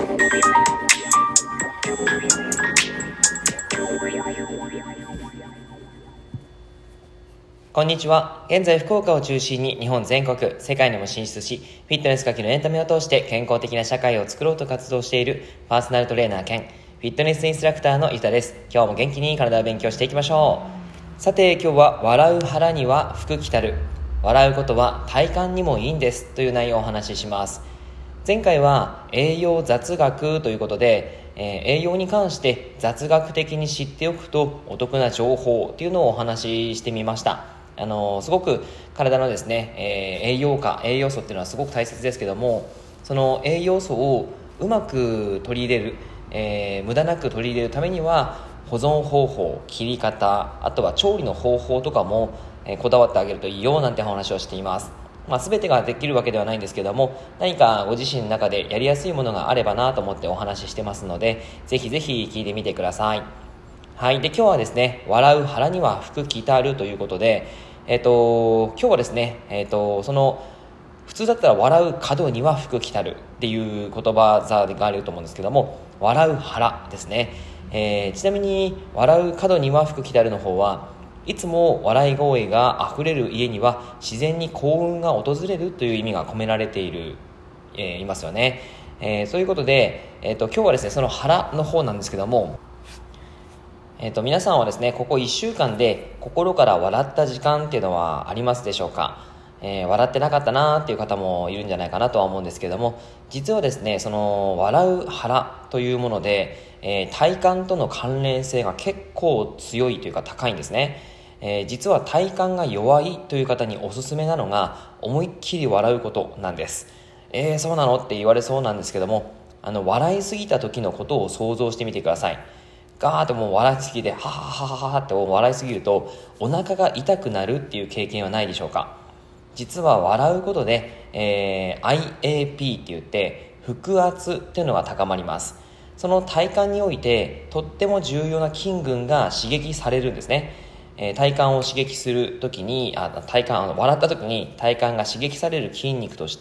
こんにちは。現在福岡を中心に日本全国、世界にも進出し、フィットネスかけるエンタメを通して健康的な社会を作ろうと活動しているパーソナルトレーナー兼フィットネスインストラクターのゆたです。今日も元気に体を勉強していきましょう。さて今日は笑う腹には福来たる、笑うことは体幹にもいいんですという内容をお話しします。前回は栄養雑学ということで、栄養に関して雑学的に知っておくとお得な情報というのをお話ししてみました。すごく体のですね、栄養素っていうのはすごく大切ですけども、その栄養素をうまく取り入れる、無駄なく取り入れるためには保存方法、切り方、あとは調理の方法とかも、こだわってあげるといいよなんて話をしています。全てができるわけではないんですけども、何かご自身の中でやりやすいものがあればなと思ってお話ししてますので、ぜひぜひ聞いてみてください。はい。で今日はですね、笑う腹には福来たるということで、今日はですね、その普通だったら笑う角には福来たるっていう言葉座があると思うんですけども、笑う腹ですね。ちなみに笑う角には福来たるの方はいつも笑い声があふれる家には自然に幸運が訪れるという意味が込められていますよね。そういうことで、今日はですねその腹の方なんですけども、皆さんはですねここ1週間で心から笑った時間っていうのはありますでしょうか。笑ってなかったなっていう方もいるんじゃないかなとは思うんですけども、実はですねその笑う腹というもので、体幹との関連性が結構強いというか高いんですね。実は体幹が弱いという方におすすめなのが思いっきり笑うことなんです。そうなのって言われそうなんですけども、笑いすぎた時のことを想像してみてください。ガーッともう笑いすぎてはははははって笑いすぎるとお腹が痛くなるっていう経験はないでしょうか。実は笑うことで、IAP って言って腹圧っていうのが高まります。その体幹においてとっても重要な筋群が刺激されるんですね。体幹を刺激するときに笑ったときに体幹が刺激される筋肉として、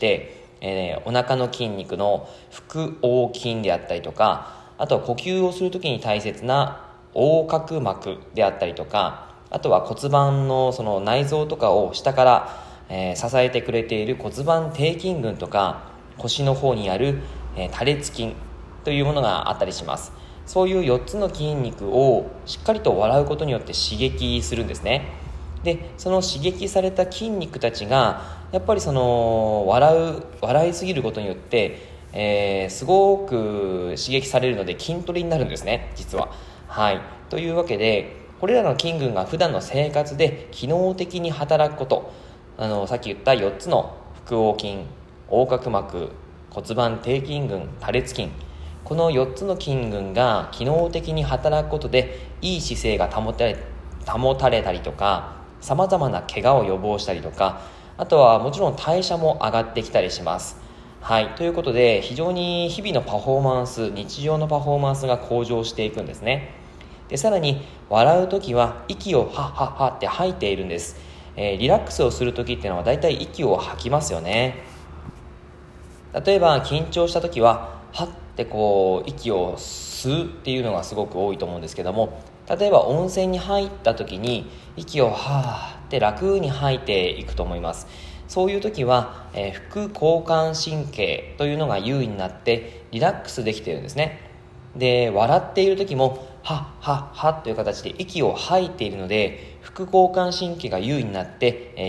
お腹の筋肉の腹横筋であったりとか、あとは呼吸をするときに大切な横隔膜であったりとか、あとは骨盤のその内臓とかを下から、支えてくれている骨盤底筋群とか、腰の方にある、多裂筋というものがあったりします。そういう4つの筋肉をしっかりと笑うことによって刺激するんですね。でその刺激された筋肉たちがやっぱりその笑いすぎることによってすごく刺激されるので筋トレになるんですね、実は。はい。というわけでこれらの筋群が普段の生活で機能的に働くこと、さっき言った4つの腹横筋、横隔膜、骨盤底筋群、多裂筋、この4つの筋群が機能的に働くことでいい姿勢が保たれたりとか、さまざまな怪我を予防したりとか、あとはもちろん代謝も上がってきたりします。はい。ということで非常に日々のパフォーマンス、日常のパフォーマンスが向上していくんですね。でさらに笑うときは息をはっはっはって吐いているんです。リラックスをするときっていうのはだいたい息を吐きますよね。例えば緊張したときははって息を吸うっていうのがすごく多いと思うんですけども、例えば温泉に入ったときに息をはーって楽に吐いていくと思います。そういう時は、副交感神経というのが優位になってリラックスできているんですね。で笑っている時もはっはっはという形で息を吐いているので副交感神経が優位になって、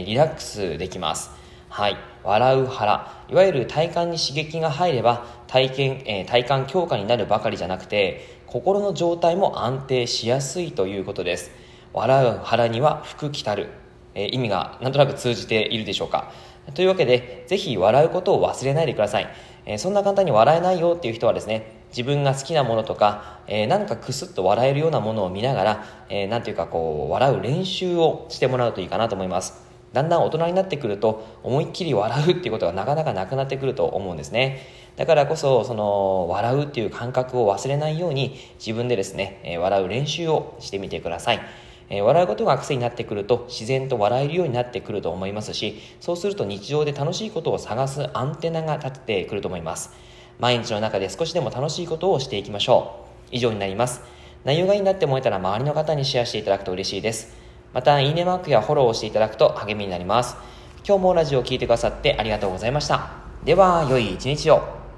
リラックスできます。はい。笑う腹、いわゆる体幹に刺激が入れば体幹強化になるばかりじゃなくて心の状態も安定しやすいということです。笑う腹には福来たる、意味がなんとなく通じているでしょうか。というわけでぜひ笑うことを忘れないでください。そんな簡単に笑えないよっていう人はですね、自分が好きなものとか、何かクスッと笑えるようなものを見ながら、なんていうか笑う練習をしてもらうといいかなと思います。だんだん大人になってくると思いっきり笑うっていうことがなかなかなくなってくると思うんですね。だからこそその笑うっていう感覚を忘れないように自分でですね、笑う練習をしてみてください。笑うことが癖になってくると自然と笑えるようになってくると思いますし、そうすると日常で楽しいことを探すアンテナが立ってくると思います。 毎日の中で少しでも楽しいことをしていきましょう。以上になります。内容がいいなって思えたら周りの方にシェアしていただくと嬉しいです。また、いいねマークやフォローをしていただくと励みになります。今日もラジオを聞いてくださってありがとうございました。では、良い一日を。